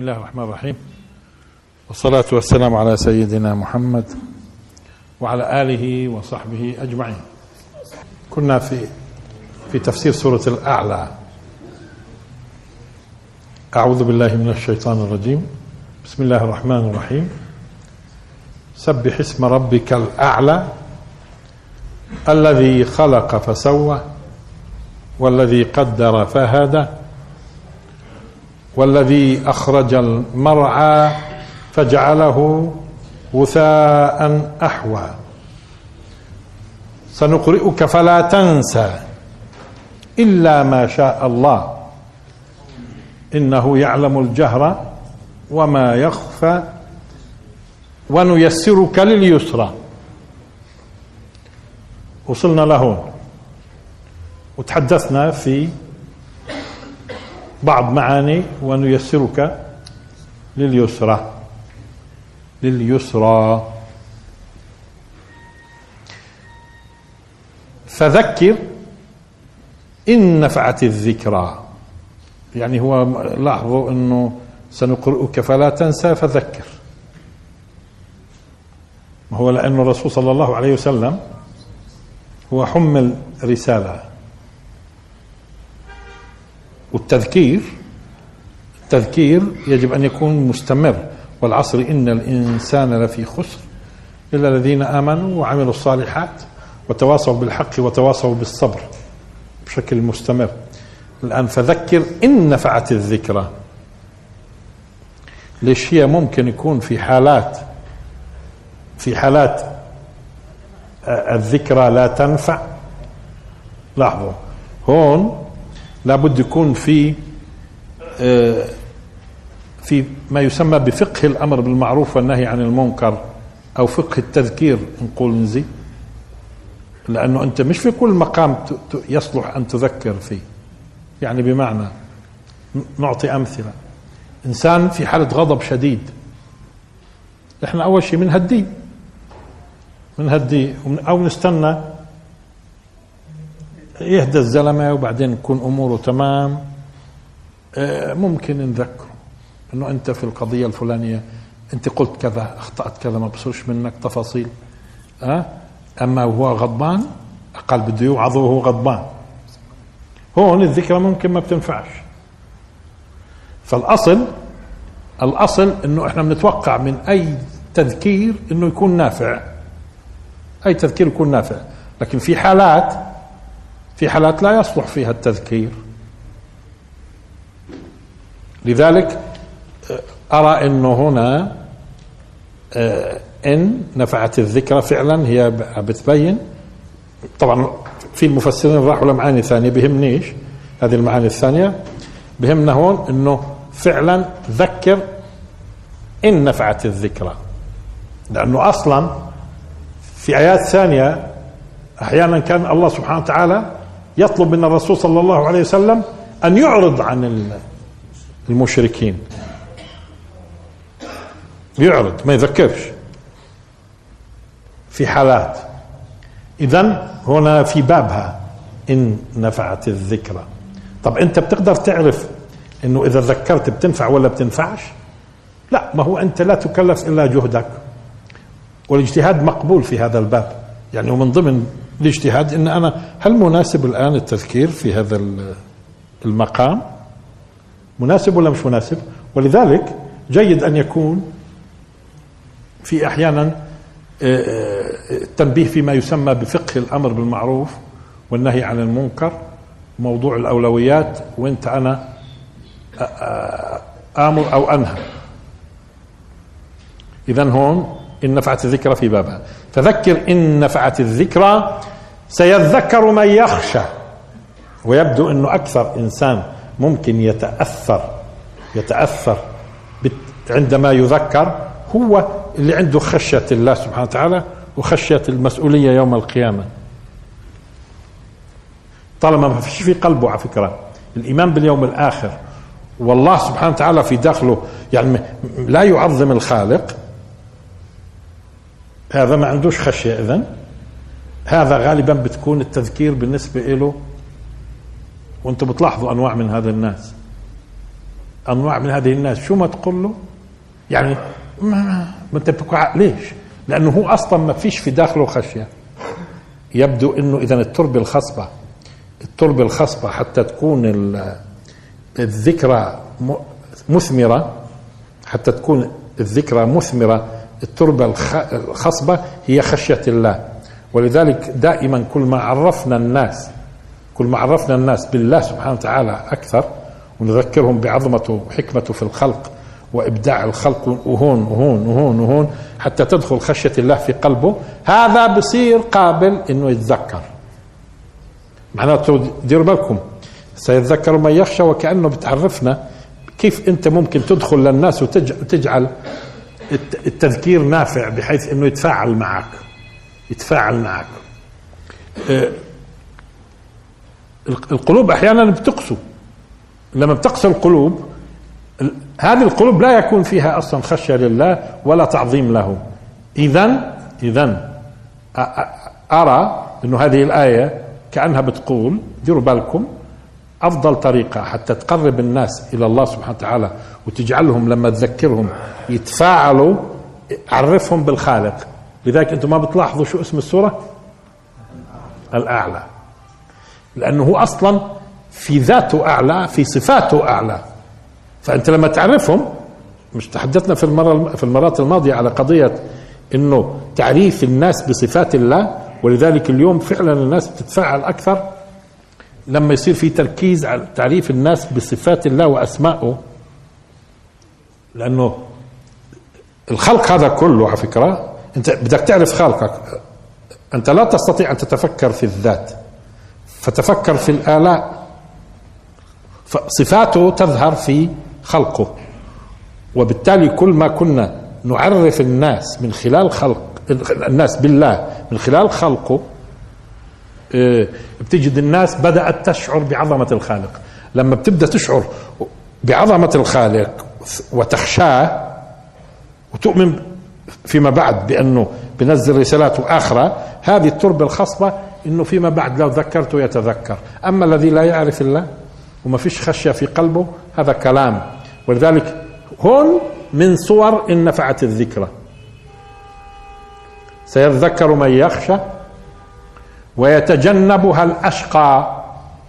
الله الرحمن الرحيم، والصلاة والسلام على سيدنا محمد وعلى آله وصحبه أجمعين. كنا في تفسير سورة الأعلى. أعوذ بالله من الشيطان الرجيم. بسم الله الرحمن الرحيم. سبح اسم ربك الأعلى الذي خلق فسوى والذي قدر فهدى والذي أخرج المرعى فجعله غثاء أحوى سنقرئك فلا تنسى إلا ما شاء الله إنه يعلم الجهر وما يخفى ونيسرك لليسرى. وصلنا لهون وتحدثنا في بعض معاني ونيسرك لليسرى. فذكر إن نفعت الذكرى، يعني هو لاحظوا أنه سنقرئك فلا تنسى فذكر. ما هو لأن الرسول صلى الله عليه وسلم هو حمل رسالة، والتذكير يجب أن يكون مستمر. والعصر إن الإنسان لفي خسر إلا الذين آمنوا وعملوا الصالحات وتواصوا بالحق وتواصوا بالصبر بشكل مستمر. الآن فذكر إن نفعت الذكرى. ليش هي ممكن يكون في حالات الذكرى لا تنفع. لاحظوا هون لابد يكون في ما يسمى بفقه الأمر بالمعروف والنهي عن المنكر، أو فقه التذكير نقول نزي، لأنه أنت مش في كل مقام يصلح أن تذكر فيه. يعني بمعنى نعطي أمثلة. إنسان في حالة غضب شديد، إحنا أول شيء منهدي أو نستنى يهدى الزلمة وبعدين يكون أموره تمام. ممكن نذكره إنه أنت في القضية الفلانية أنت قلت كذا، أخطأت كذا، ما بصيرش منك تفاصيل. أما وهو غضبان أقل بده يوعظه وهو غضبان. هون الذكرى ممكن ما بتنفعش. فالأصل إنه إحنا بنتوقع من أي تذكير إنه يكون نافع. أي تذكير يكون نافع، لكن في حالات لا يصلح فيها التذكير. لذلك أرى أنه هنا إن نفعت الذكرى فعلا هي بتبين. طبعا في المفسرين راحوا لمعاني ثانية، بهمنيش هذه المعاني الثانية، بهمنا هون أنه فعلا ذكر إن نفعت الذكرى. لأنه أصلا في آيات ثانية أحيانا كان الله سبحانه وتعالى يطلب من الرسول صلى الله عليه وسلم أن يعرض عن المشركين، يعرض ما يذكرش في حالات. إذن هنا في بابها إن نفعت الذكرى. طب أنت بتقدر تعرف إنه إذا ذكرت بتنفع ولا بتنفعش؟ لا، ما هو أنت لا تكلف إلا جهدك، والاجتهاد مقبول في هذا الباب. يعني ومن ضمن الاجتهاد إن أنا هل مناسب الآن التذكير في هذا المقام؟ مناسب ولا مش مناسب؟ ولذلك جيد أن يكون في أحيانا التنبيه فيما يسمى بفقه الأمر بالمعروف والنهي عن المنكر، موضوع الأولويات، وانت أنا آمر أو أنهى. إذن هون إن نفعت الذكرى في بابها. فذكر إن نفعت الذكرى سيذكر من يخشى. ويبدو أنه أكثر إنسان ممكن يتأثر عندما يذكر هو اللي عنده خشية الله سبحانه وتعالى وخشية المسؤولية يوم القيامة. طالما ما فيش في قلبه على فكرة الإيمان باليوم الآخر والله سبحانه وتعالى في داخله، يعني لا يعظم الخالق، هذا ما عندوش خشية. إذن هذا غالبا بتكون التذكير بالنسبة له. وانتم بتلاحظوا أنواع من هذا الناس، أنواع من هذه الناس شو ما تقول له يعني ما أنت بتقع. ليش؟ لأنه هو أصلا ما فيش في داخله خشية. يبدو أنه إذا التربة الخصبة حتى تكون الذكرى مثمرة، حتى تكون الذكرى مثمرة، التربة الخصبة هي خشية الله. ولذلك دائما كل ما عرفنا الناس بالله سبحانه وتعالى أكثر، ونذكرهم بعظمته وحكمته في الخلق وإبداع الخلق وهون وهون وهون وهون حتى تدخل خشية الله في قلبه، هذا بصير قابل إنه يتذكر. معناته ديروا بالكم، سيذكر من يخشى، وكأنه بتعرفنا كيف أنت ممكن تدخل للناس وتجعل التذكير نافع بحيث إنه يتفاعل معك. القلوب أحيانا بتقسو. لما بتقسى القلوب، هذه القلوب لا يكون فيها أصلا خشية لله ولا تعظيم له. إذن أرى إنه هذه الآية كأنها بتقول ديروا بالكم، أفضل طريقة حتى تقرب الناس إلى الله سبحانه وتعالى وتجعلهم لما تذكرهم يتفاعلوا، عرفهم بالخالق. لذلك أنتم ما بتلاحظوا شو اسم السورة؟ الأعلى، لأنه هو أصلا في ذاته أعلى، في صفاته أعلى. فأنت لما تعرفهم، مش تحدثنا في المرات الماضية على قضية إنه تعريف الناس بصفات الله، ولذلك اليوم فعلا الناس بتتفاعل أكثر لما يصير في تركيز على تعريف الناس بصفات الله وأسمائه. لأنه الخلق هذا كله على فكرة أنت بدك تعرف خالقك. أنت لا تستطيع أن تتفكر في الذات، فتفكر في الآلاء، فصفاته تظهر في خلقه. وبالتالي كل ما كنا نعرف الناس من خلال الناس بالله من خلال خلقه، بتجد الناس بدأت تشعر بعظمة الخالق. لما بتبدأ تشعر بعظمة الخالق وتخشاه وتؤمن فيما بعد بأنه بنزل رسالات آخرة، هذه التربة الخصبة إنه فيما بعد لو ذكرته يتذكر. أما الذي لا يعرف الله وما فيش خشية في قلبه، هذا كلام. ولذلك هون من صور إن نفعت الذكرى. سيذكر من يخشى ويتجنبها الأشقى.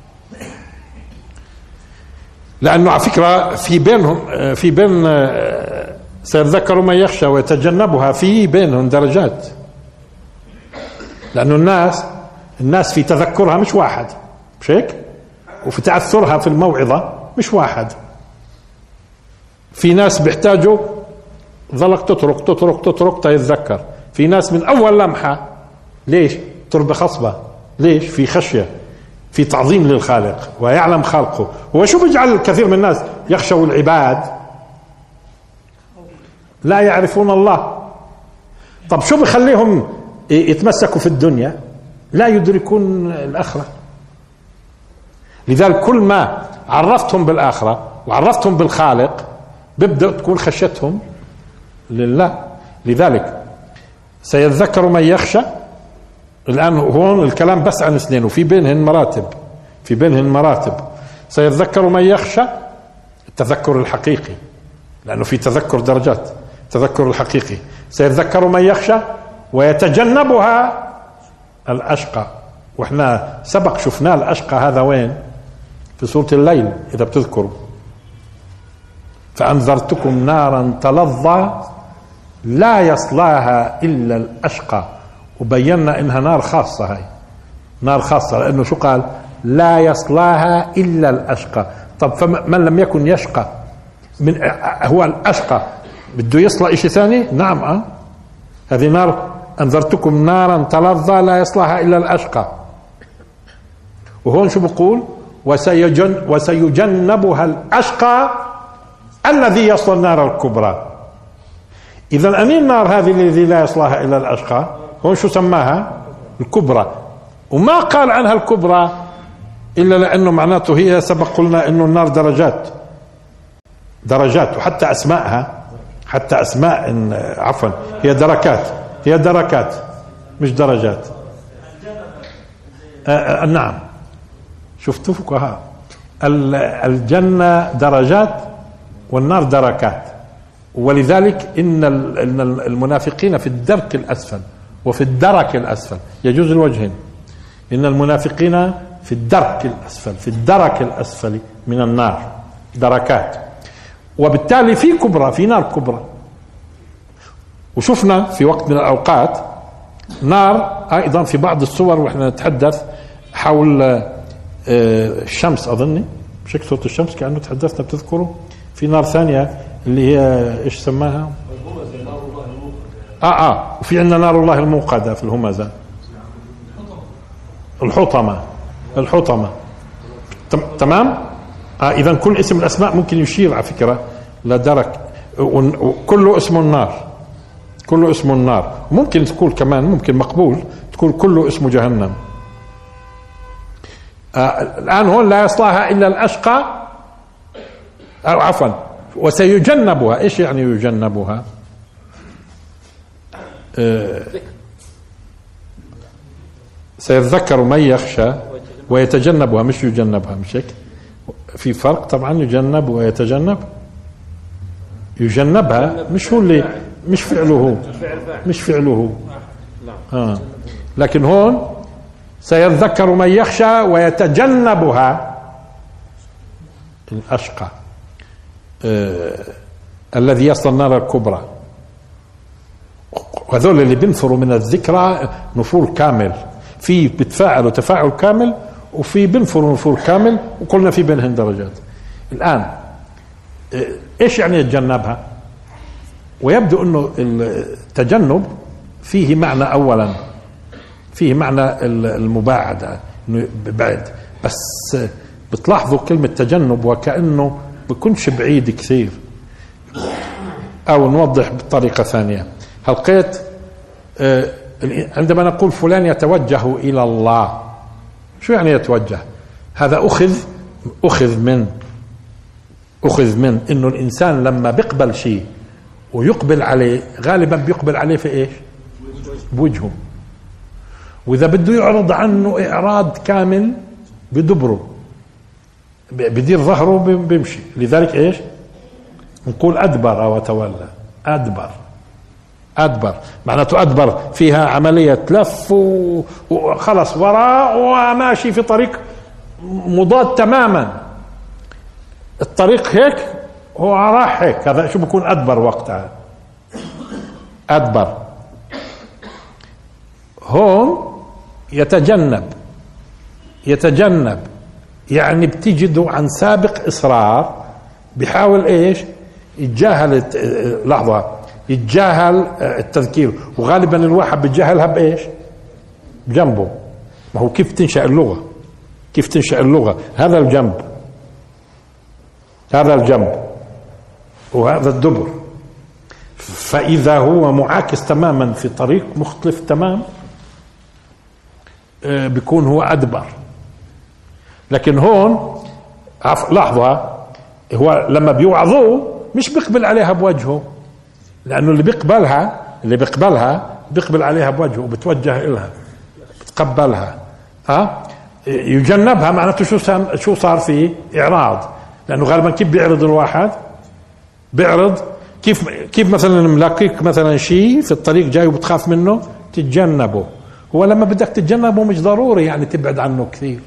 لأنه على فكرة في بين سيذكر من يخشى ويتجنبها، في بينهم درجات. لأنه الناس في تذكرها مش واحد، مش هيك؟ وفي تعثرها في الموعظة مش واحد. في ناس بيحتاجوا ظلك تترك تيتذكر. في ناس من أول لمحة. ليش؟ تربة خصبة. ليش؟ في خشية، في تعظيم للخالق ويعلم خالقه. هو شو بيجعل كثير من الناس يخشوا العباد؟ لا يعرفون الله. طب شو بخليهم يتمسكوا في الدنيا؟ لا يدركون الآخرة. لذلك كل ما عرفتهم بالآخرة وعرفتهم بالخالق بيبدأ تكون خشيتهم لله. لذلك سيذكر من يخشى. الآن هون الكلام بس عن اثنين، وفي بينهن مراتب. سيذكر من يخشى التذكر الحقيقي، لأنه في تذكر درجات. التذكر الحقيقي سيذكر من يخشى ويتجنبها الأشقى. وإحنا سبق شفنا الأشقى هذا وين؟ في سورة الليل إذا بتذكروا، فأنذرتكم نارا تلظى لا يصلاها إلا الأشقى. وبينا إنها نار خاصة، هاي نار خاصة، لأنه شو قال؟ لا يصلاها إلا الأشقى. طب فمن لم يكن يشقى هو الأشقى بده يصلى إشي ثاني؟ نعم. هذه نار أنذرتكم نارا تلظى لا يصلاها إلا الأشقى. وهون شو بقول؟ وسيجنبها الأشقى الذي يصلى النار الكبرى. إذا أني النار هذه الذي لا يصلاها إلا الأشقى، هون شو سماها؟ الكبرى. وما قال عنها الكبرى إلا لأنه معناته هي سبق قلنا إنه النار درجات، وحتى أسماءها، حتى أسماء عفوا هي دركات مش درجات. نعم، شفتوا فقهاء الجنة درجات والنار دركات. ولذلك إن المنافقين في الدرك الأسفل وفي الدرك الأسفل، يجوز الوجهين. إن المنافقين في الدرك الأسفل، في الدرك الأسفل من النار، دركات. وبالتالي في كبرى، في نار كبرى. وشفنا في وقت من الأوقات نار أيضا في بعض الصور، وإحنا نتحدث حول الشمس، أظني مش هيك صورة الشمس كأنه تحدثنا، بتذكروا في نار ثانية اللي هي إيش سماها؟ وفي عندنا نار الله الموقدة في الهمزة، الحطمة. تمام. إذا كل اسم الأسماء ممكن يشير على فكرة لدرك، وكله اسمه النار، كله اسمه النار. ممكن تقول كمان، ممكن مقبول تقول كله اسمه جهنم. الآن هون لا يصلها إلا الأشقى، أو عفوا وسيجنبها. إيش يعني يجنبها؟ سيذكر من يخشى ويتجنبها، مش يجنبها، مش هيك؟ في فرق طبعا، يجنب ويتجنب. يجنبها مش هو اللي، مش فعله لكن هون سيذكر من يخشى ويتجنبها الأشقى، الذي يصل النار الكبرى. وهذول اللي بينفروا من الذكرى نفور كامل، في بتفاعلوا تفاعل كامل، وفي بينفروا نفور كامل، وقلنا في بينهم درجات. الآن ايش يعني يتجنبها؟ ويبدو انه التجنب فيه معنى، اولا فيه معنى المباعدة، انه بعد، بس بتلاحظوا كلمة تجنب وكأنه بكونش بعيد كثير. او نوضح بطريقة ثانية. هلقيت عندما نقول فلان يتوجه الى الله، شو يعني يتوجه؟ هذا اخذ من انه الانسان لما بيقبل شيء ويقبل عليه غالبا بيقبل عليه في ايش؟ بوجهه. واذا بده يعرض عنه اعراض كامل بدبره، بدير ظهره بيمشي. لذلك ايش نقول؟ ادبر وتولى. ادبر معناته ادبر فيها عملية لف وخلص وراء وماشي في طريق مضاد تماما. الطريق هيك هو راح هيك، هذا شو بكون؟ ادبر. وقتها ادبر. هون يتجنب يعني بتجده عن سابق اصرار، بيحاول ايش؟ يتجاهل. لحظة، يتجاهل التذكير. وغالبا الواحد بيتجاهلها بايش؟ بجنبه. ما هو كيف تنشأ اللغة؟ هذا الجنب وهذا الدبر. فإذا هو معاكس تماما في طريق مختلف تمام، بيكون هو أدبر. لكن هون لحظة، هو لما بيوعظوه مش بيقبل عليها بوجهه، لأنه اللي بيقبلها بيقبل عليها بوجهه وبتوجه إلها، بتقبلها. يجنبها معناته شو صار فيه؟ إعراض. لأنه غالبا كيف بيعرض الواحد؟ بيعرض كيف مثلا ملاقيك مثلا شيء في الطريق جاي وبتخاف منه، تتجنبه. هو لما بدك تتجنبه مش ضروري يعني تبعد عنه كثير،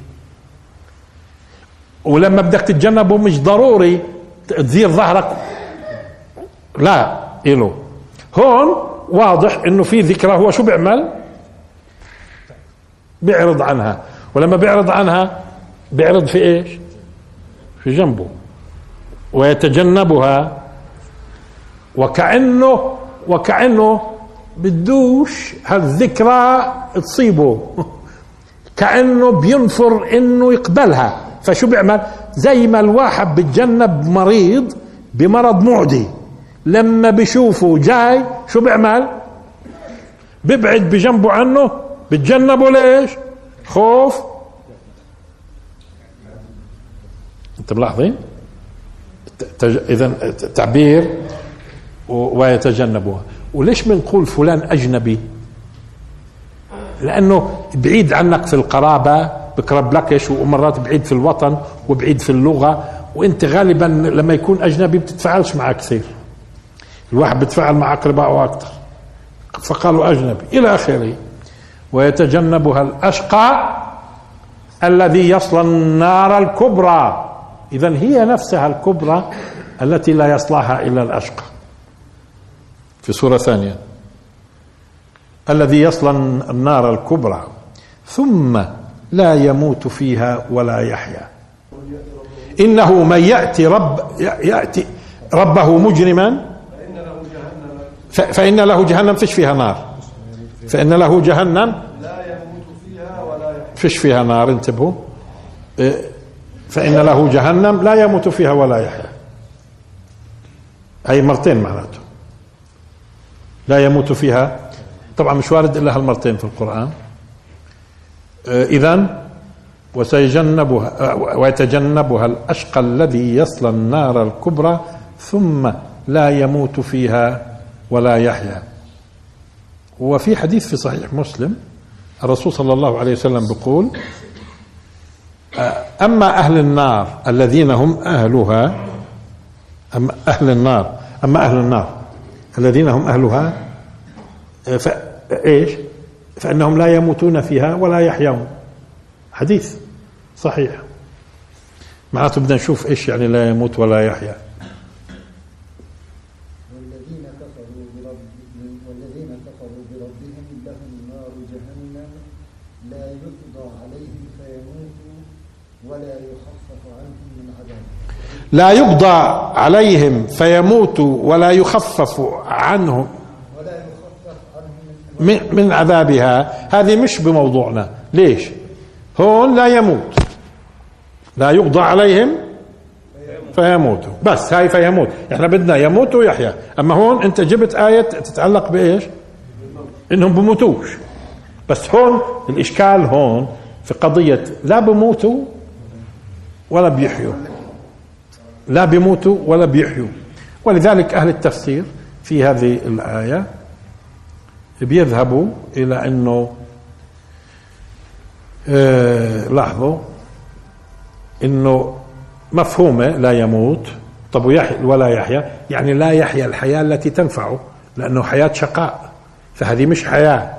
ولما بدك تتجنبه مش ضروري تدير ظهرك، لا إله. هون واضح انه في ذكرى. هو شو بيعمل؟ بيعرض عنها. ولما بيعرض عنها بيعرض في ايش؟ في جنبه. ويتجنبها وكأنه بدوش هالذكرى تصيبه، كأنه بينفر انه يقبلها. فشو بيعمل؟ زي ما الواحد بتجنب مريض بمرض معدي، لما بيشوفه جاي شو بيعمل؟ بيبعد بجنبه عنه، بتجنبه. ليش؟ خوف. انت ملاحظين؟ اذا تعبير ويتجنبها. وليش بنقول فلان اجنبي؟ لانه بعيد عنك في القرابة، بقرب لكش، ومرات بعيد في الوطن وبعيد في اللغة وانت غالبا لما يكون اجنبي بتتفاعلش معه كثير، الواحد بيتفاعل مع اقربائه اكثر، فقالوا اجنبي الى اخره. ويتجنبها الاشقى الذي يصلى النار الكبرى. اذا هي نفسها الكبرى التي لا يصلاها الا الاشقى. في سورة ثانية الذي يصلى النار الكبرى ثم لا يموت فيها ولا يحيا. إنه من يأتي ربه مجرما فإن له جهنم فيش فيها نار، فإن له جهنم لا يموت فيها ولا يحيا، فيش فيها نار، انتبهوا، فإن له جهنم لا يموت فيها ولا يحيا، أي مرتين معناته لا يموت فيها. طبعا مش وارد إلا هالمرتين في القرآن. إذن ويتجنبها الأشقى الذي يصلى النار الكبرى ثم لا يموت فيها ولا يحيا. وفي حديث في صحيح مسلم الرسول صلى الله عليه وسلم بيقول: أما أهل النار الذين هم أهلها، أما أهل النار الذين هم أهلها إيش؟ فإنهم لا يموتون فيها ولا يحيون. حديث صحيح، معناته بدنا نشوف إيش يعني لا يموت ولا يحيا. والذين كفروا بربهم لهم نار جهنم لا يقضى عليهم فيموتوا ولا يخفف عنهم من عذابها. لا يقضى عليهم فيموتوا ولا يخفف عنهم من عذابها. هذه مش بموضوعنا. ليش؟ هون لا يموت، لا يقضى عليهم فيموتوا، بس هاي فيموت، احنا بدنا يموت ويحيا. اما هون انت جبت آية تتعلق بايش؟ انهم بموتوش. بس هون الاشكال هون في قضية لا بموتوا ولا بيحيوا، لا بيموتوا ولا بيحيوا. ولذلك اهل التفسير في هذه الآية بيذهبوا الى انه لاحظوا انه مفهومه لا يموت. طب ولا يحيا، يعني لا يحيا الحياة التي تنفعه، لانه حياة شقاء، فهذه مش حياة.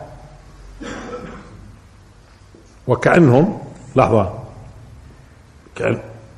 وكأنهم لحظة كأن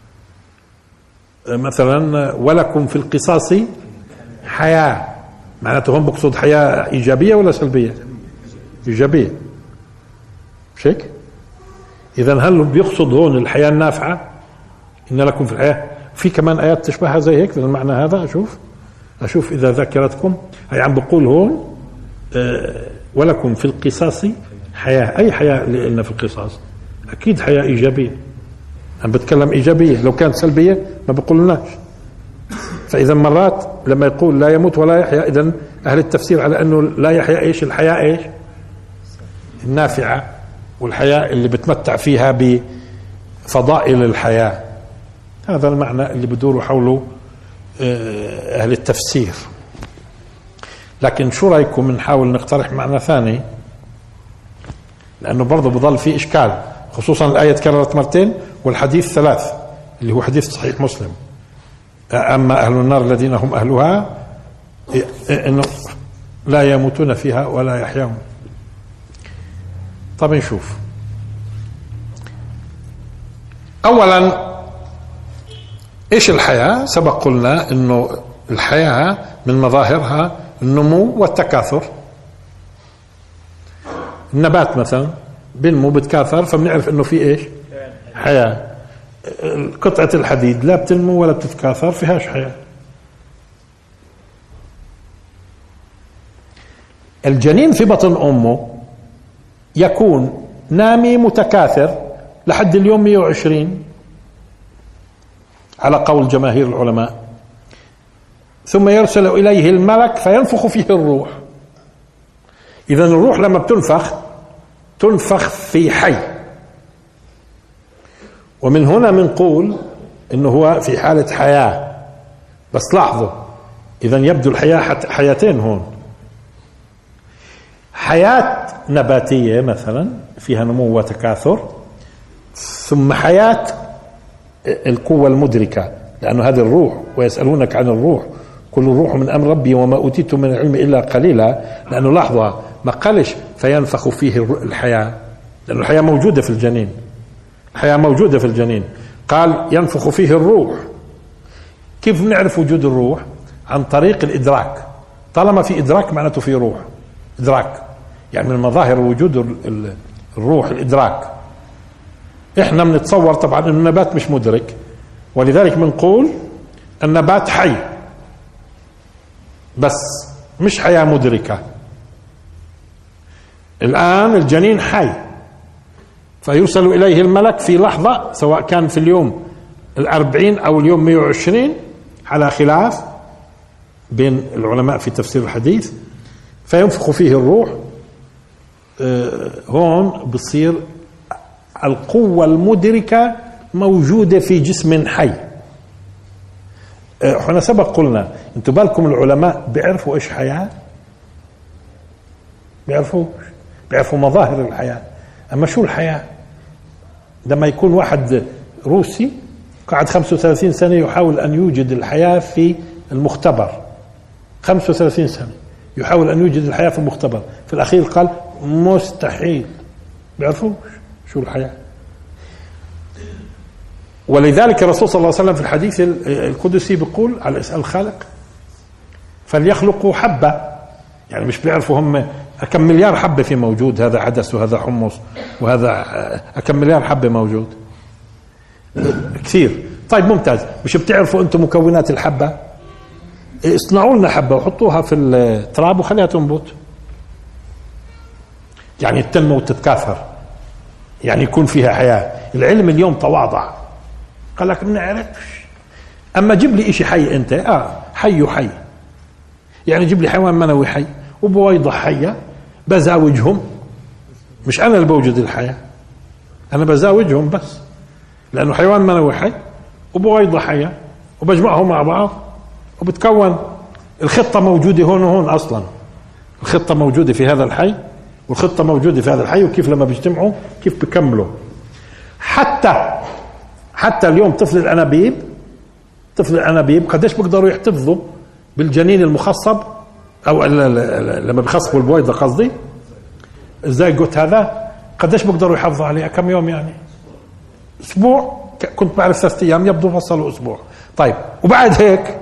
مثلا ولكم في القصاص حياة، معناته هم بقصد حياة إيجابية ولا سلبية؟ إيجابية، مش هيك؟ إذن هل بيقصد هون الحياة النافعة؟ إن لكم في الحياة. في كمان آيات تشبهها زي هيك المعنى هذا. أشوف إذا ذكرتكم، هي عم بقول هون ولكم في القصاص حياة. أي حياة اللي قلنا في القصاص؟ أكيد حياة إيجابية. عم بتكلم إيجابية، لو كانت سلبية ما بقولناش. فإذا مرات لما يقول لا يموت ولا يحيا، إذن أهل التفسير على أنه لا يحيا إيش؟ الحياة إيش؟ النافعة، والحياة اللي بتمتع فيها بفضائل الحياة. هذا المعنى اللي بدوروا حوله أهل التفسير. لكن شو رأيكم نحاول نقترح معنى ثاني، لأنه برضه بضل في إشكال، خصوصا الآية تكررت مرتين والحديث 3 اللي هو حديث صحيح مسلم: أما أهل النار الذين هم أهلها إنه لا يموتون فيها ولا يحيون. طب نشوف. أولا إيش الحياة؟ سبق قلنا إنه الحياة من مظاهرها النمو والتكاثر. النبات مثلا بنمو بتكاثر، فبنعرف إنه في إيش؟ حياة. قطعة الحديد لا بتنمو ولا بتتكاثر، فيهاش حياة. الجنين في بطن أمه يكون نامي متكاثر لحد اليوم 120 على قول جماهير العلماء، ثم يرسل إليه الملك فينفخ فيه الروح. إذن الروح لما تنفخ في حي، ومن هنا منقول إنه هو في حالة حياة. بس لاحظوا، إذن يبدو الحياة حياتين هون: حياة نباتية مثلا فيها نمو وتكاثر، ثم حياة القوة المدركة لأنه هذه الروح، ويسألونك عن الروح كل الروح من أمر ربي وما أوتيت من العلم إلا قليلا. لأنه لحظة ما قالش فينفخ فيه الحياة، لأن الحياة موجودة في الجنين، الحياة موجودة في الجنين. قال ينفخ فيه الروح. كيف نعرف وجود الروح؟ عن طريق الإدراك. طالما في إدراك معناته في روح. إدراك يعني من مظاهر وجود الروح الإدراك. إحنا بنتصور طبعا أن النبات مش مدرك، ولذلك بنقول النبات حي بس مش حياة مدركة. الآن الجنين حي، فيرسل إليه الملك في لحظة، سواء كان في اليوم 40 أو اليوم 120 على خلاف بين العلماء في تفسير الحديث. فينفخ فيه الروح. هون بصير القوة المدركة موجودة في جسم حي. احنا سبق قلنا انتوا بالكم العلماء بيعرفوا ايش حياة؟ بيعرفوا مظاهر الحياة. اما شو الحياة؟ لما يكون واحد روسي قعد 35 سنة يحاول ان يوجد الحياة في المختبر، 35 سنة يحاول ان يوجد الحياة في المختبر، في الاخير قال مستحيل. بيعرفوا شو الحياة. ولذلك الرسول صلى الله عليه وسلم في الحديث القدسي بيقول على اسأل الخالق فليخلقوا حبة. يعني مش بيعرفوا هم كم مليار حبة في موجود، هذا عدس وهذا حمص وهذا كم مليار حبة موجود، كثير. طيب ممتاز، مش بتعرفوا انتم مكونات الحبة؟ اصنعوا لنا حبة وحطوها في التراب وخليها تنبت، يعني تنمو وتتكاثر، يعني يكون فيها حياة. العلم اليوم تواضع، قال لك ما نعرفش. اما جيب لي اشي حي انت، حي يعني جيب لي حيوان منوي حي وبويضة حية بزاوجهم، مش انا اللي بوجد الحياة، انا بزاوجهم بس، لانه حيوان منوي حي وبويضة حية وبجمعهم مع بعض وبتكون الخطة موجودة هون وهون. اصلا الخطة موجودة في هذا الحي والخطة موجودة في هذا الحي، وكيف لما بيجتمعوا كيف بيكملوا. حتى اليوم طفل الأنابيب قديش بيقدروا يحتفظوا بالجنين المخصب، أو لما بيخصبوا البويضة قصدي ازاي قلت هذا، قديش بيقدروا يحافظوا عليه؟ كم يوم يعني؟ أسبوع. كنت بعرف 3 أيام، يبدو فصلوا أسبوع. طيب وبعد هيك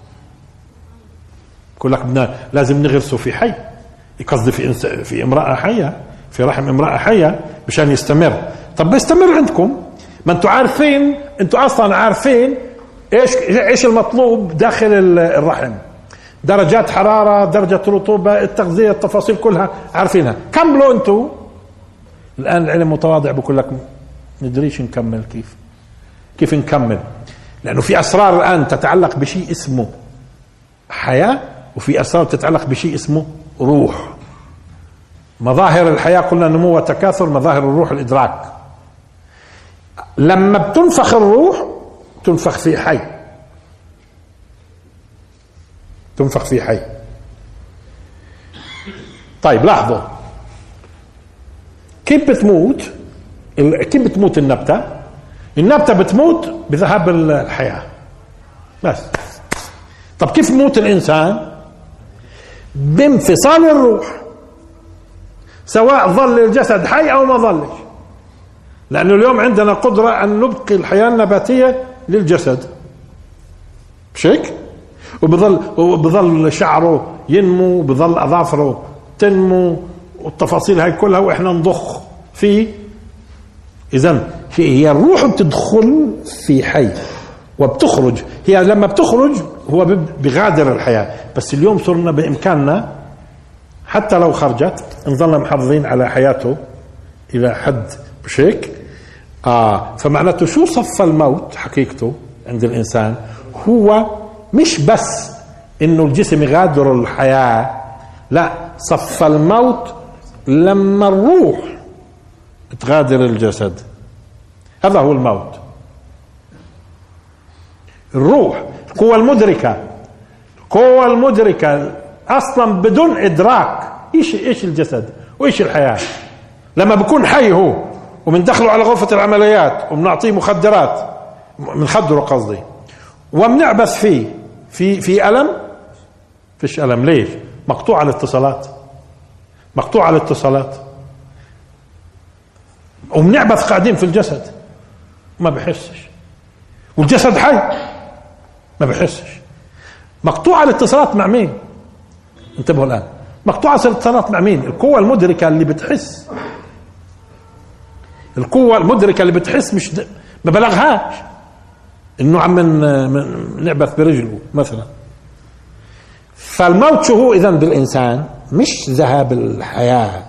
يقول لك لازم نغرسه في حي، قصدي في امرأة حية، في رحم امرأة حية مشان يستمر. طب بيستمر عندكم، ما انتوا عارفين، انتوا اصلا عارفين ايش المطلوب داخل الرحم، درجات حرارة، درجة رطوبة، التغذية، التفاصيل كلها عارفينها. كملوا انتوا. الان العلم متواضع بقول لك ندريش نكمل. كيف نكمل؟ لانه في اسرار الان تتعلق بشيء اسمه حياة، وفي اسرار تتعلق بشيء اسمه روح. مظاهر الحياة قلنا نمو وتكاثر، مظاهر الروح الإدراك. لما بتنفخ الروح تنفخ في حي، تنفخ في حي. طيب لاحظوا كيف بتموت النبتة. النبتة بتموت بذهاب الحياة بس. طب كيف يموت الإنسان؟ بانفصال الروح، سواء ظل الجسد حي أو ما ظلش. لأنه اليوم عندنا قدرة أن نبقي الحياة النباتية للجسد، مش هيك؟ وبظل شعره ينمو، بظل أظافره تنمو، والتفاصيل هاي كلها وإحنا نضخ فيه. إذن هي الروح بتدخل في حي وبتخرج. هي لما بتخرج هو بغادر الحياة. بس اليوم صرنا بإمكاننا حتى لو خرجت نظلنا محافظين على حياته إلى حد، مش هيك؟ فمعناته شو صف الموت حقيقته عند الإنسان؟ هو مش بس إنه الجسم يغادر الحياة، لا، صف الموت لما الروح تغادر الجسد. هذا هو الموت. الروح القوة المدركة اصلا بدون ادراك ايش الجسد وايش الحياة. لما بكون حي هو ومندخله على غرفة العمليات وبنعطيه مخدرات، بنخدره قصدي، وبنعبث فيه في ألم؟ فيش ألم. ليش؟ مقطوع الاتصالات، مقطوع الاتصالات، وبنعبث قاعدين في الجسد ما بحسش، والجسد حي ما بحسش. مقطوع الاتصالات مع مين؟ انتبهوا الآن، مقطوع الاتصالات مع مين؟ القوة المدركة اللي بتحس، القوة المدركة اللي بتحس مش ما بلغهاش انه عم نعبث برجله مثلا. فالموت شو هو اذا بالانسان؟ مش ذهاب الحياة،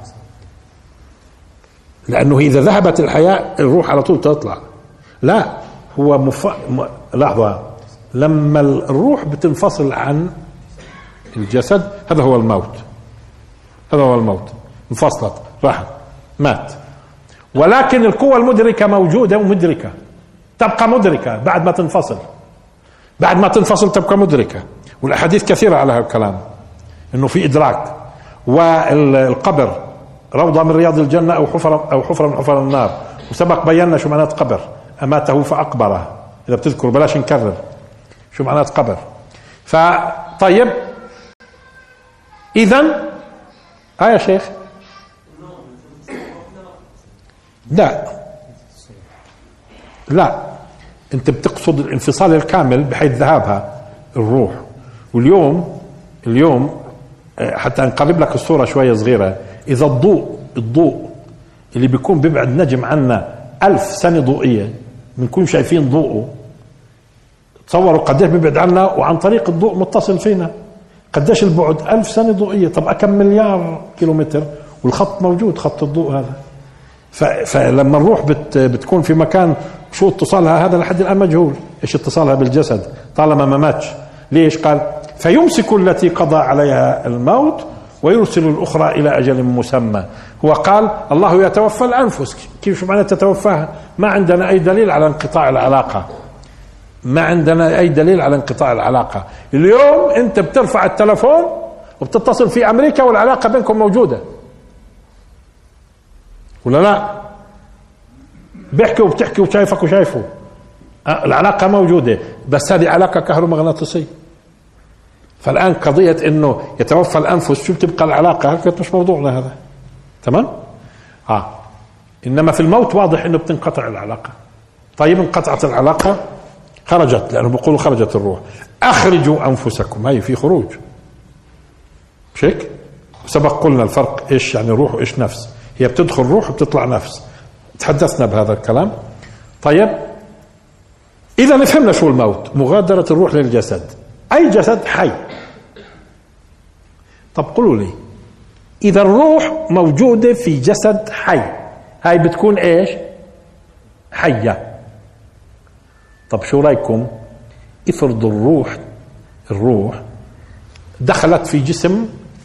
لانه اذا ذهبت الحياة الروح على طول تطلع، لا هو لحظة، لما الروح بتنفصل عن الجسد هذا هو الموت، هذا هو الموت، انفصلت راحت مات. ولكن القوة المدركة موجودة ومدركة، تبقى مدركة بعد ما تنفصل، بعد ما تنفصل تبقى مدركة. والأحاديث كثيرة على هذا الكلام، إنه في إدراك. والقبر روضة من رياض الجنة أو حفرة من حفر النار. وسبق بينا شو معنات قبر، أماته فأقبره، إذا بتذكر بلاش نكرر شو معنات قبر. فطيب إذن يا شيخ لا انت بتقصد الانفصال الكامل بحيث ذهابها الروح. واليوم حتى نقرب لك الصورة شوية صغيرة، اذا الضوء اللي بيكون بيبعد نجم عنا 1000 سنة ضوئية بنكون شايفين ضوءه، تصوروا قديش بيبعد عنا وعن طريق الضوء متصل فينا، قديش البعد 1000 سنة ضوئية. طب كم مليار كيلومتر والخط موجود، خط الضوء هذا. فلما الروح بتكون في مكان شو اتصالها هذا لحد الآن مجهول، ايش اتصالها بالجسد طالما ما ماتش. ليش؟ قال فيمسك التي قضى عليها الموت ويرسل الأخرى إلى أجل مسمى. هو قال الله يتوفى الأنفس، كيف شو معنى تتوفاها؟ ما عندنا أي دليل على انقطاع العلاقة، ما عندنا أي دليل على انقطاع العلاقة. اليوم أنت بترفع التلفون وبتتصل في أمريكا والعلاقة بينكم موجودة ولا لا؟ بيحكي وبتحكي وشايفك وشايفه، العلاقة موجودة، بس هذه علاقة كهرومغناطيسية. فالآن قضية إنه يتوفى الأنفس شو بتبقى العلاقة؟ مش موضوعنا هذا، تمام؟ إنما في الموت واضح إنه بتنقطع العلاقة. طيب انقطعت العلاقة، خرجت، لأنه بيقولوا خرجت الروح. أخرجوا أنفسكم، هاي في خروج، مش هيك؟ سبق قلنا الفرق إيش يعني روح وإيش نفس. هي بتدخل روح وبتطلع نفس، تحدثنا بهذا الكلام. طيب إذا نفهمنا شو الموت، مغادرة الروح للجسد، أي جسد حي. طب قولوا لي إذا الروح موجودة في جسد حي، هاي بتكون إيش؟ حية. طب شو رأيكم افرضوا الروح دخلت في جسم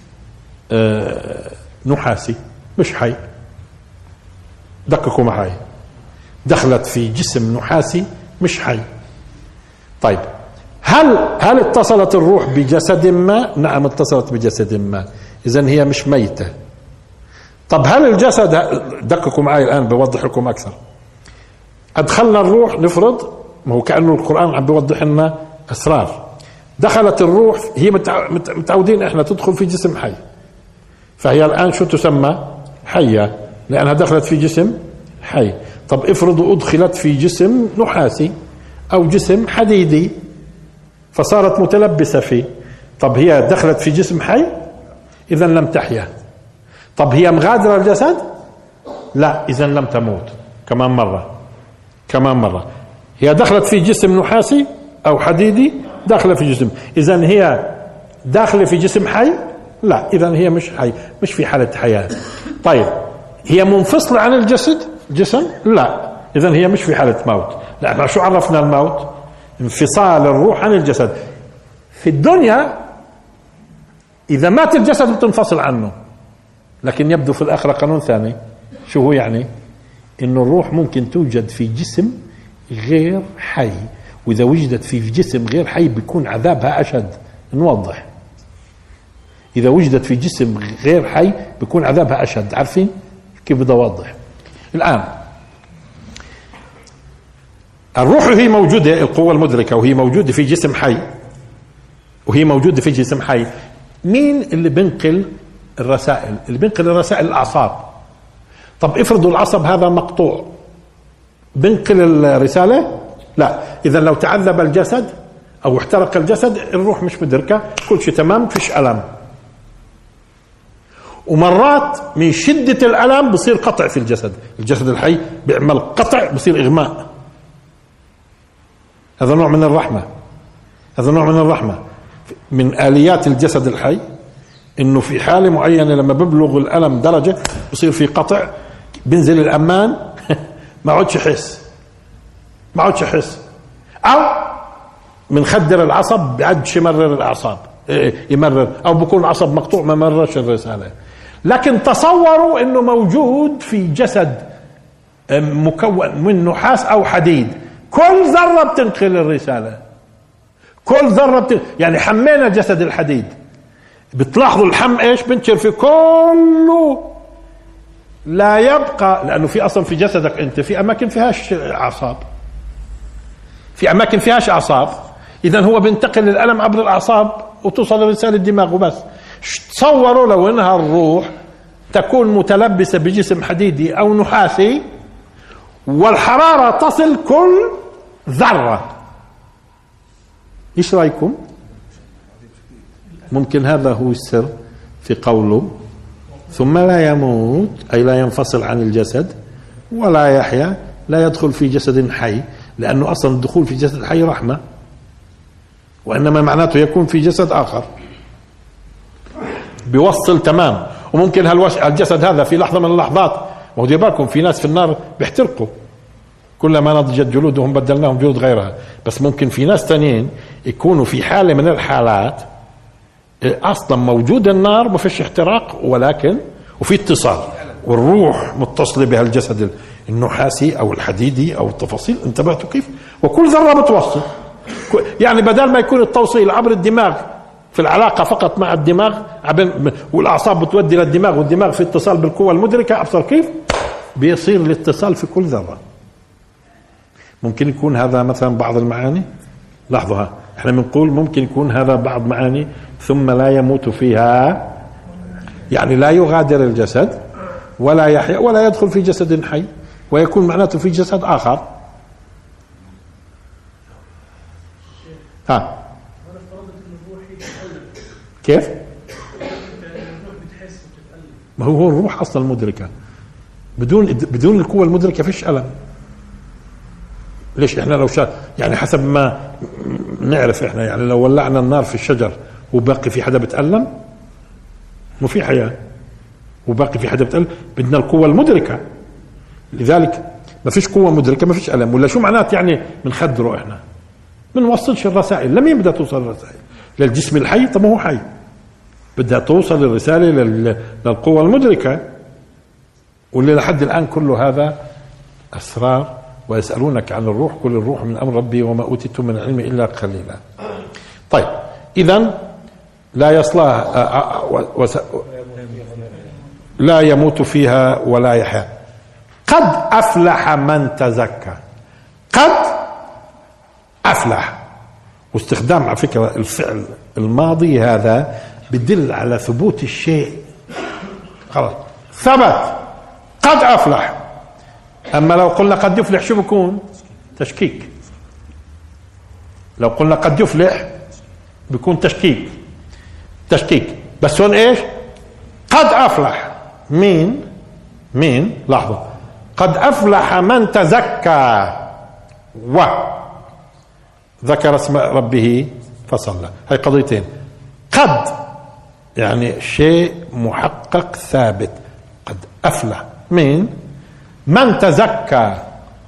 نحاسي مش حي، دققوا معي، دخلت في جسم نحاسي مش حي. طيب هل اتصلت الروح بجسد ما؟ نعم اتصلت بجسد ما، إذن هي مش ميتة. طب هل الجسد، دققوا معي الآن بوضح لكم أكثر، أدخلنا الروح، نفرض، ما هو كأنه القرآن عم بيوضح لنا أسرار. دخلت الروح، هي متعودين إحنا تدخل في جسم حي، فهي الآن شو تسمى؟ حية، لأنها دخلت في جسم حي. طب افرضوا أدخلت في جسم نحاسي أو جسم حديدي فصارت متلبسة فيه. طب هي دخلت في جسم حي، إذن لم تحيا. طب هي مغادرة الجسد؟ لا، إذن لم تموت. كمان مرة هي دخلت في جسم نحاسي أو حديدي، داخلة في جسم، إذن هي داخلة في جسم حي؟ لا، إذن هي مش حي، مش في حالة حياة. طيب هي منفصلة عن جسم؟ لا، إذن هي مش في حالة موت. لأن شو عرفنا الموت؟ انفصال الروح عن الجسد. في الدنيا إذا مات الجسد بتنفصل عنه، لكن يبدو في الآخرة قانون ثاني. شو هو يعني؟ إنه الروح ممكن توجد في جسم غير حي، وإذا وجدت في جسم غير حي بيكون عذابها أشد. نوضح، إذا وجدت في جسم غير حي بيكون عذابها أشد. عارفين كيف بدي أوضح؟ الآن الروح هي موجودة، القوة المدركة، وهي موجودة في جسم حي، وهي موجودة في جسم حي. مين اللي بنقل الرسائل؟ اللي بنقل الرسائل الأعصاب. طب افرضوا العصب هذا مقطوع، بنقل الرسالة؟ لا. إذا لو تعذب الجسد أو احترق الجسد، الروح مش مدركة، كل شيء تمام، فيش ألم. ومرات من شدة الألم بصير قطع في الجسد، الجسد الحي بيعمل قطع، بصير إغماء. هذا نوع من الرحمة، هذا نوع من الرحمة. من آليات الجسد الحي إنه في حالة معينة لما ببلغ الألم درجة بصير في قطع، بنزل الأمان ما عودش يحس، ما عودش يحس. أو من خدر العصب بعدش يمرر الأعصاب، يمرر، أو بكون عصب مقطوع ما مررش الرسالة. لكن تصوروا إنه موجود في جسد مكون من نحاس أو حديد، كل ذرة بتنقل الرسالة، كل ذرة يعني حمينا جسد الحديد، بتلاحظوا الحم ايش بنشر في كله، لا يبقى، لأنه في أصلا في جسدك أنت في أماكن فيهاش أعصاب، في أماكن فيهاش أعصاب. إذن هو بينتقل الألم عبر الأعصاب وتوصل لرسالة الدماغ وبس. تصوروا لو إنها الروح تكون متلبسة بجسم حديدي أو نحاسي، والحرارة تصل كل ذرة، إيش رأيكم؟ ممكن هذا هو السر في قوله ثم لا يموت، أي لا ينفصل عن الجسد، ولا يحيا، لا يدخل في جسد حي، لأنه أصلا الدخول في جسد حي رحمة، وإنما معناته يكون في جسد آخر بيوصل تمام. وممكن الجسد هذا في لحظة من اللحظات، ودي بالكم في ناس في النار بيحترقوا، كلما نضجت جلودهم بدلناهم جلود غيرها. بس ممكن في ناس تانيين يكونوا في حالة من الحالات اصلا موجود النار ما فيش احتراق، ولكن وفي اتصال، والروح متصلة بهالجسد النحاسي او الحديدي او التفاصيل. انتبهتوا كيف؟ وكل ذرة بتوصل، يعني بدل ما يكون التوصيل عبر الدماغ في العلاقة فقط مع الدماغ، والاعصاب بتودي للدماغ، والدماغ في اتصال بالقوة المدركة، ابصر كيف بيصير الاتصال في كل ذرة. ممكن يكون هذا مثلا بعض المعاني، لاحظوها، احنا بنقول ممكن يكون هذا بعض معاني ثم لا يموت فيها، يعني لا يغادر الجسد ولا يحيا ولا يدخل في جسد حي، ويكون معناته في جسد آخر. ها كيف؟ ما هو الروح أصلا المدركة، بدون القوة المدركة فيش ألم. ليش احنا لو يعني حسب ما نعرف احنا، يعني لو ولعنا النار في الشجر وباقي في حدا بتألم، مو في حياة وباقي في حدا بتألم، بدنا القوة المدركة. لذلك ما فيش قوة مدركة ما فيش ألم. ولا شو معنات يعني بنخدره احنا؟ بنوصلش الرسائل. لمين بدها توصل الرسائل؟ للجسم الحي؟ طب ما هو حي، بدها توصل الرسالة للقوة المدركة. واللي لحد الآن كله هذا أسرار. ويسألونك عن الروح، قل الروح من أمر ربي وما أوتيتم من العلم إلا قليلا. طيب إذن لا يصلها لا يموت فيها ولا يحيا. قد أفلح من تزكى. قد أفلح، واستخدام على فكرة الفعل الماضي هذا بدل على ثبوت الشيء، خلاص ثبت، قد أفلح. أما لو قلنا قد يفلح شو بكون؟ تشكيك. لو قلنا قد يفلح بيكون تشكيك. بس هون ايش؟ قد أفلح. مين لاحظوا، قد أفلح من تزكى وذكر اسم ربه فصلى. هاي قضيتين. قد يعني شيء محقق ثابت، قد أفلح من تزكى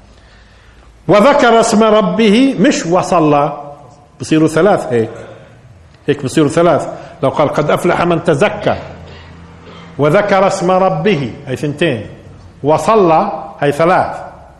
وذكر اسم ربه، مش وصلى، بصيروا ثلاث. هيك بصيروا ثلاث. لو قال قد أفلح من تزكى وذكر اسم ربه، هي ثنتين، وصلى، هي ثلاث.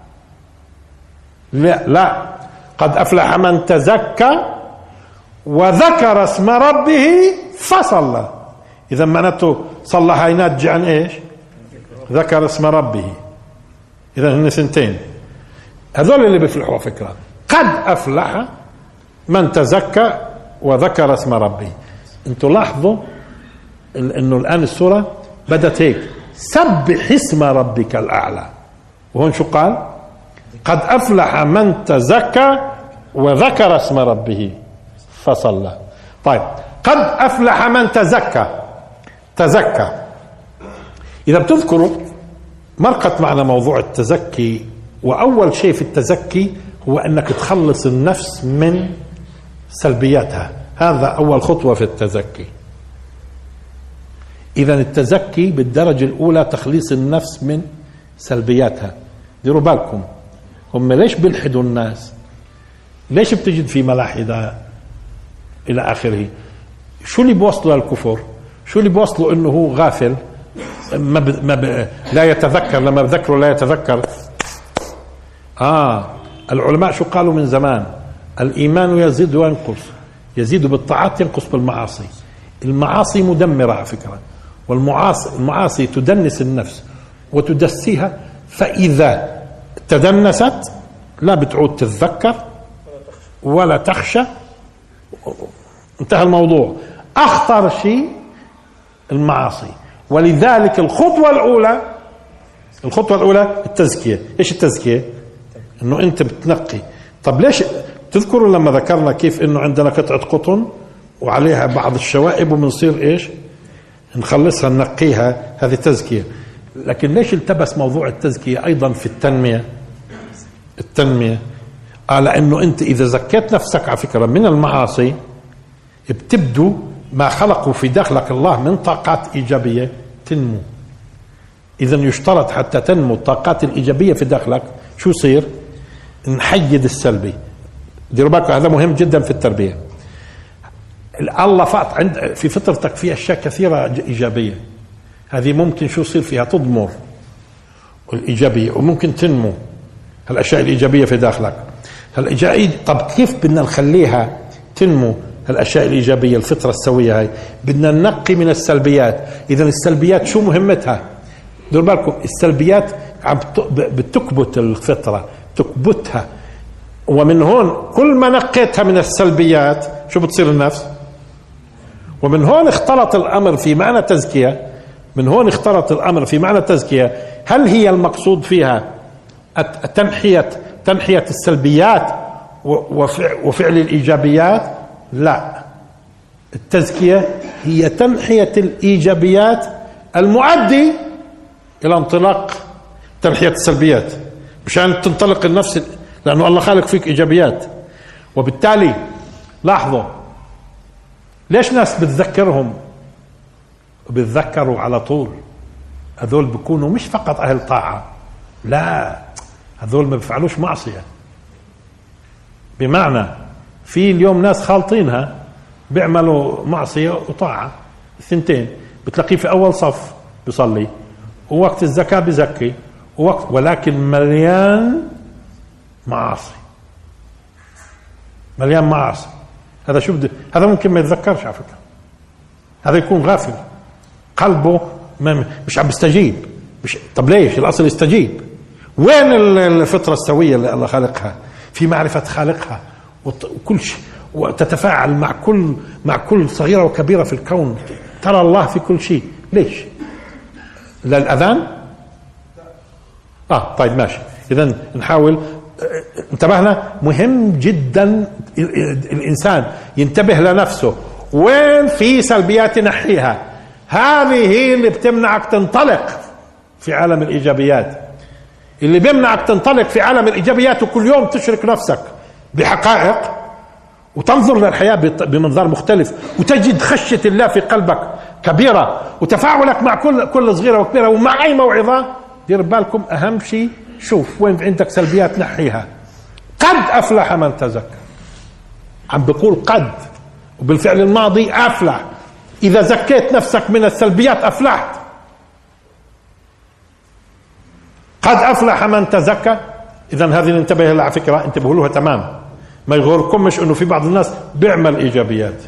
لا قد أفلح من تزكى وذكر اسم ربه فصلى. إذا معناته صلى هاي ناتج عن ايش؟ ذكر اسم ربه. إذا هن سنتين، هذول اللي بيفلحوا فكرة. قد أفلح من تزكى وذكر اسم ربه. انتوا لاحظوا انه الآن السورة بدت هيك سبح اسم ربك الأعلى، وهون شو قال؟ قد أفلح من تزكى وذكر اسم ربه فصلى. طيب قد أفلح من تزكى. إذا بتذكروا مرقت معنا موضوع التزكي، وأول شيء في التزكي هو أنك تخلص النفس من سلبياتها، هذا أول خطوة في التزكي. إذا التزكي بالدرجة الأولى تخليص النفس من سلبياتها. ديروا بالكم هم ليش بيلحدوا الناس؟ ليش بتجد في ملاحدة إلى آخره؟ شو اللي بوصلوا للكفر؟ شو اللي بوصلوا إنه هو غافل لا يتذكر، لما بذكره لا يتذكر. العلماء شو قالوا من زمان؟ الإيمان يزيد وينقص، يزيد بالطاعات ينقص بالمعاصي. المعاصي مدمرة على فكرة، والمعاصي تدنس النفس وتدسيها، فإذا تدنست لا بتعود تتذكر ولا تخشى، انتهى الموضوع. أخطر شيء المعاصي، ولذلك الخطوة الأولى التزكية. إيش التزكية؟ إنه أنت بتنقي. طب ليش تذكروا لما ذكرنا كيف إنه عندنا قطعة قطن وعليها بعض الشوائب وبنصير إيش؟ نخلصها ننقيها، هذه تزكية. لكن ليش التبس موضوع التزكية أيضا في التنمية؟ لأنه أنت إذا زكيت نفسك على فكرة من المعاصي بتبدو ما خلقوا في داخلك الله من طاقات إيجابية تنمو. إذا يشترط حتى تنمو الطاقات الإيجابية في داخلك شو يصير؟ نحيد السلبي. ديروا بالكم هذا مهم جدا في التربية. الله في فطرتك في أشياء كثيرة إيجابية، هذه ممكن شو يصير فيها؟ تضمر الإيجابية، وممكن تنمو الأشياء الإيجابية في داخلك. طب كيف بدنا نخليها تنمو الأشياء الإيجابية؟ الفطرة السوية هاي بدنا ننقي من السلبيات. إذا السلبيات شو مهمتها؟ دور بالكم السلبيات عم بتكبت الفطرة، تكبتها، ومن هون كل ما نقيتها من السلبيات شو بتصير النفس؟ ومن هون اختلط الأمر في معنى تزكية. هل هي المقصود فيها تنحية السلبيات وفعل الإيجابيات؟ لا، التزكية هي تنحية الإيجابيات المؤدي إلى انطلاق تنحية السلبيات، مشان تنطلق النفس، لأنه الله خالق فيك إيجابيات. وبالتالي لاحظوا ليش ناس بتذكرهم وبتذكروا على طول؟ هذول بيكونوا مش فقط أهل طاعة، لا، هذول ما بيفعلوش معصية. بمعنى في اليوم ناس خالطينها بيعملوا معصية وطاعة الثنتين، بتلاقيه في أول صف بيصلي ووقت الزكاة بزكي ولكن مليان معاصي. هذا شو بده؟ هذا ممكن ما يتذكرش على فكرة، هذا يكون غافل، قلبه مش عم بيستجيب. طب ليش؟ الأصل يستجيب. وين الفطرة السوية اللي الله خالقها؟ في معرفة خالقها وكل شيء، وتتفاعل مع كل صغيرة وكبيرة في الكون، ترى الله في كل شيء. ليش؟ للأذان؟ طيب ماشي. إذن نحاول، انتبهنا. مهم جدا الإنسان ينتبه لنفسه، وين في سلبيات ينحيها. هذه هي اللي بتمنعك تنطلق في عالم الإيجابيات، اللي بيمنعك تنطلق في عالم الإيجابيات، وكل يوم تشرك نفسك بحقائق وتنظر للحياة بمنظار مختلف، وتجد خشية الله في قلبك كبيرة، وتفاعلك مع كل صغيرة وكبيرة ومع أي موعظة. دير بالكم أهم شيء، شوف وين عندك سلبيات نحيها. قد أفلح من تزكى، عم بقول قد، وبالفعل الماضي أفلح. إذا زكيت نفسك من السلبيات أفلحت. قد أفلح من تزكى. إذا هذه ننتبه لها على فكرة، انتبهوا لها تمام، ما يغركمش إنه في بعض الناس بيعمل إيجابيات،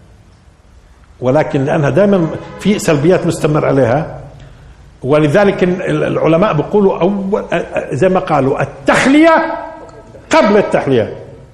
ولكن لأنها دائما في سلبيات مستمر عليها. ولذلك العلماء بيقولوا أول زي ما قالوا التخلية قبل التحلية.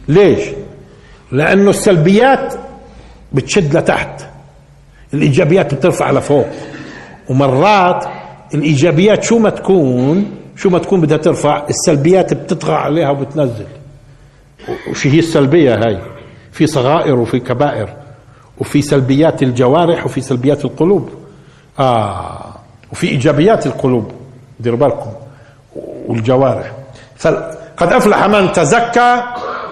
ليش؟ لأنه السلبيات بتشد لتحت، الإيجابيات بترفع لفوق. ومرات الإيجابيات شو ما تكون بدها ترفع، السلبيات بتطغى عليها وبتنزل. وشي هي السلبية هاي؟ في صغائر وفي كبائر، وفي سلبيات الجوارح وفي سلبيات القلوب، وفي إيجابيات القلوب، ديروا بالكم، والجوارح. قد أفلح من تزكى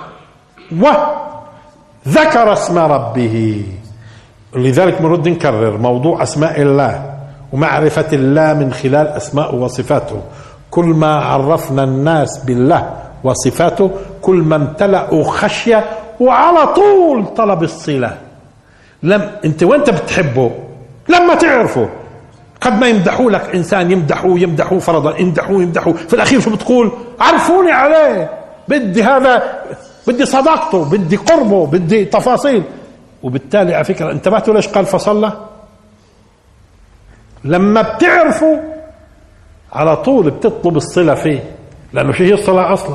وذكر اسم ربه. لذلك بنرد نكرر موضوع أسماء الله ومعرفة الله من خلال أسماء وصفاته. كل ما عرفنا الناس بالله وصفاته كل ما امتلأوا خشية وعلى طول طلب الصلة. انت وانت بتحبه لما تعرفه، قد ما يمدحوا لك انسان، يمدحوا فرضا، يمدحوا في الاخير شو بتقول؟ عرفوني عليه، بدي هذا، بدي صداقته، بدي قربه، بدي تفاصيل. وبالتالي على فكرة انتبهتوا ليش قال فصلى؟ لما بتعرفوا على طول بتطلب الصلة فيه، لأنه شو هي الصلاة أصلا؟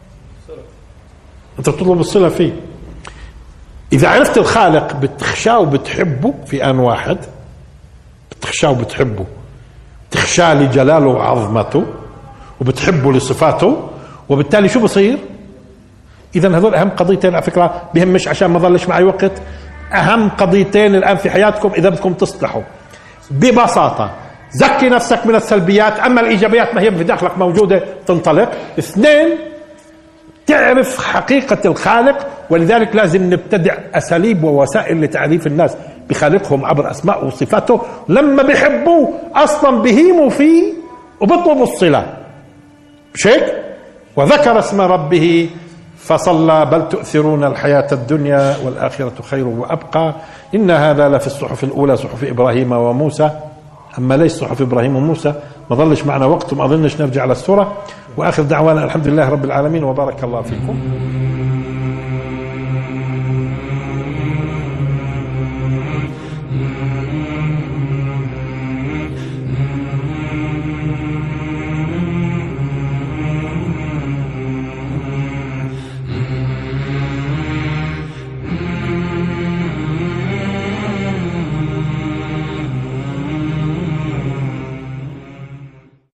أنت بتطلب الصلة فيه. إذا عرفت الخالق بتخشاه وبتحبه في آن واحد، بتخشاه وبتحبه، تخشاه لجلاله وعظمته وبتحبه لصفاته، وبالتالي شو بصير؟ إذا هذول أهم قضيتين على فكرة، بهمش عشان ما ضلش معي وقت، أهم قضيتين الآن في حياتكم إذا بدكم تصلحوا. ببساطة زكي نفسك من السلبيات، أما الإيجابيات ما هي في داخلك موجودة تنطلق. 2 تعرف حقيقة الخالق، ولذلك لازم نبتدع أساليب ووسائل لتعريف الناس بخالقهم عبر أسماء وصفاته. لما بيحبوه أصلا بهيموا فيه وبطلبوا الصلة، مش هيك؟ وذكر اسم ربه فصلى بل تؤثرون الحياة الدنيا والآخرة خير وأبقى إن هذا لفي الصحف الأولى صحف إبراهيم وموسى. أما ليش صحف إبراهيم وموسى؟ ما ظلش معنا وقت وما أظنش نرجع على السورة. وآخر دعوانا الحمد لله رب العالمين وبارك الله فيكم.